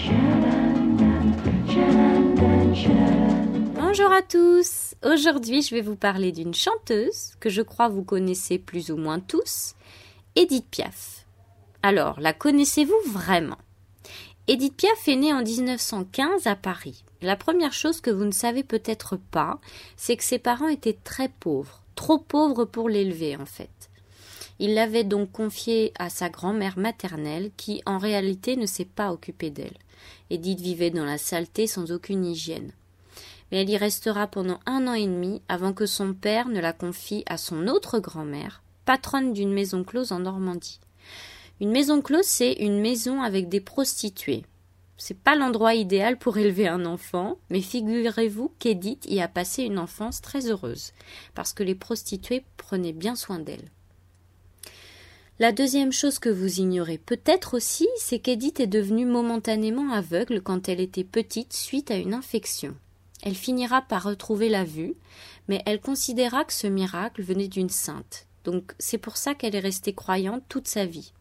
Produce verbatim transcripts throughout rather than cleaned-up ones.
Bonjour à tous, aujourd'hui je vais vous parler d'une chanteuse que je crois vous connaissez plus ou moins tous, Édith Piaf. Alors, la connaissez-vous vraiment ? Édith Piaf est née en dix-neuf cent quinze à Paris. La première chose que vous ne savez peut-être pas, c'est que ses parents étaient très pauvres, trop pauvres pour l'élever en fait. Il l'avait donc confiée à sa grand-mère maternelle qui en réalité ne s'est pas occupée d'elle. Édith vivait dans la saleté sans aucune hygiène. Mais elle y restera pendant un an et demi avant que son père ne la confie à son autre grand-mère, patronne d'une maison close en Normandie. Une maison close, c'est une maison avec des prostituées. C'est pas l'endroit idéal pour élever un enfant, mais figurez-vous qu'Édith y a passé une enfance très heureuse, parce que les prostituées prenaient bien soin d'elle. La deuxième chose que vous ignorez peut-être aussi, c'est qu'Édith est devenue momentanément aveugle quand elle était petite suite à une infection. Elle finira par retrouver la vue, mais elle considéra que ce miracle venait d'une sainte. Donc c'est pour ça qu'elle est restée croyante toute sa vie.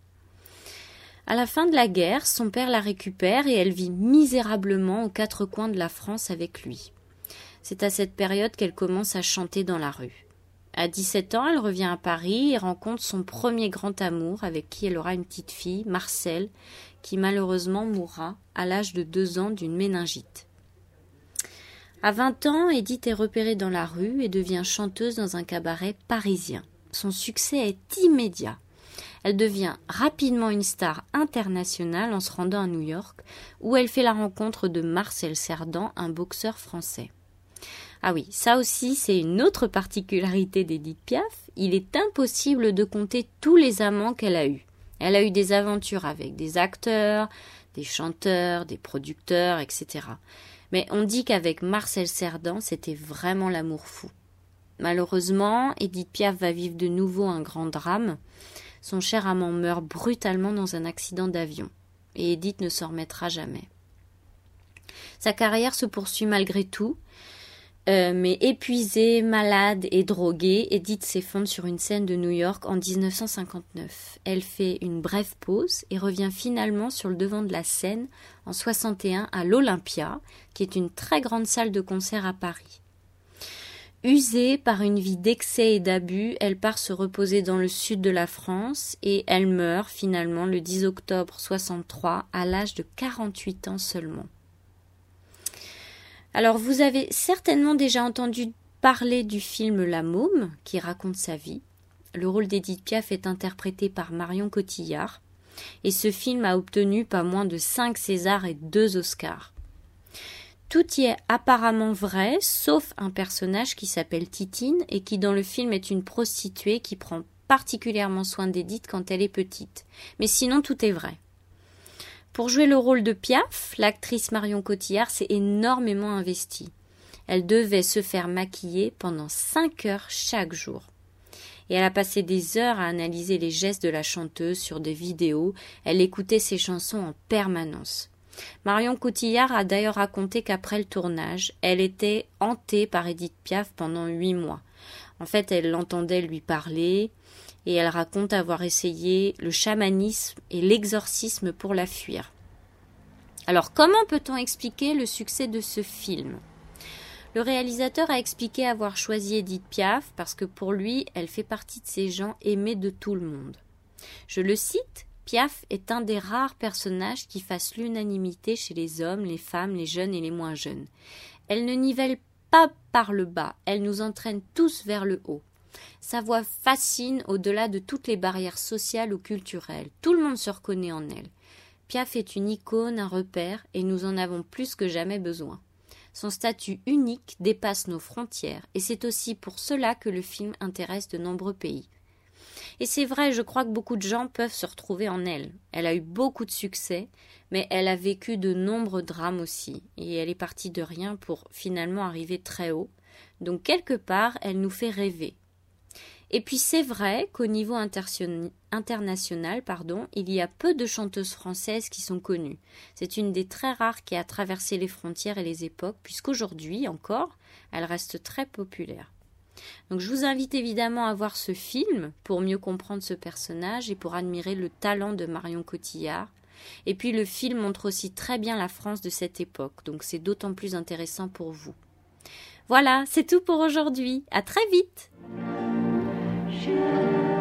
À la fin de la guerre, son père la récupère et elle vit misérablement aux quatre coins de la France avec lui. C'est à cette période qu'elle commence à chanter dans la rue. À dix-sept ans, elle revient à Paris et rencontre son premier grand amour avec qui elle aura une petite fille, Marcel, qui malheureusement mourra à l'âge de deux ans d'une méningite. À vingt ans, Édith est repérée dans la rue et devient chanteuse dans un cabaret parisien. Son succès est immédiat. Elle devient rapidement une star internationale en se rendant à New York, où elle fait la rencontre de Marcel Cerdan, un boxeur français. Ah oui, ça aussi c'est une autre particularité d'Édith Piaf, il est impossible de compter tous les amants qu'elle a eus. Elle a eu des aventures avec des acteurs, des chanteurs, des producteurs, et cetera. Mais on dit qu'avec Marcel Cerdan, c'était vraiment l'amour fou. Malheureusement, Édith Piaf va vivre de nouveau un grand drame. Son cher amant meurt brutalement dans un accident d'avion. Et Édith ne s'en remettra jamais. Sa carrière se poursuit malgré tout. Euh, mais épuisée, malade et droguée, Édith s'effondre sur une scène de New York en dix-neuf cent cinquante-neuf. Elle fait une brève pause et revient finalement sur le devant de la scène en soixante et un à l'Olympia, qui est une très grande salle de concert à Paris. Usée par une vie d'excès et d'abus, elle part se reposer dans le sud de la France et elle meurt finalement le dix octobre soixante-trois à l'âge de quarante-huit ans seulement. Alors, vous avez certainement déjà entendu parler du film La Môme, qui raconte sa vie. Le rôle d'Édith Piaf est interprété par Marion Cotillard, et ce film a obtenu pas moins de cinq Césars et deux Oscars. Tout y est apparemment vrai, sauf un personnage qui s'appelle Titine, et qui dans le film est une prostituée qui prend particulièrement soin d'Édith quand elle est petite. Mais sinon, tout est vrai. Pour jouer le rôle de Piaf, l'actrice Marion Cotillard s'est énormément investie. Elle devait se faire maquiller pendant cinq heures chaque jour. Et elle a passé des heures à analyser les gestes de la chanteuse sur des vidéos. Elle écoutait ses chansons en permanence. Marion Cotillard a d'ailleurs raconté qu'après le tournage, elle était hantée par Édith Piaf pendant huit mois. En fait, elle l'entendait lui parler. Et elle raconte avoir essayé le chamanisme et l'exorcisme pour la fuir. Alors, comment peut-on expliquer le succès de ce film ? Le réalisateur a expliqué avoir choisi Édith Piaf parce que pour lui, elle fait partie de ces gens aimés de tout le monde. Je le cite, « Piaf est un des rares personnages qui fassent l'unanimité chez les hommes, les femmes, les jeunes et les moins jeunes. Elle ne nivelle pas par le bas, elle nous entraîne tous vers le haut. Sa voix fascine au-delà de toutes les barrières sociales ou culturelles. Tout le monde se reconnaît en elle. Piaf est une icône, un repère, et nous en avons plus que jamais besoin. Son statut unique dépasse nos frontières, et c'est aussi pour cela que le film intéresse de nombreux pays. Et c'est vrai, je crois que beaucoup de gens peuvent se retrouver en elle. Elle a eu beaucoup de succès, mais elle a vécu de nombreux drames aussi, et elle est partie de rien pour finalement arriver très haut. Donc quelque part, elle nous fait rêver. Et puis c'est vrai qu'au niveau international, pardon, il y a peu de chanteuses françaises qui sont connues. C'est une des très rares qui a traversé les frontières et les époques, puisqu'aujourd'hui encore, elle reste très populaire. Donc je vous invite évidemment à voir ce film pour mieux comprendre ce personnage et pour admirer le talent de Marion Cotillard. Et puis le film montre aussi très bien la France de cette époque, donc c'est d'autant plus intéressant pour vous. Voilà, c'est tout pour aujourd'hui. À très vite.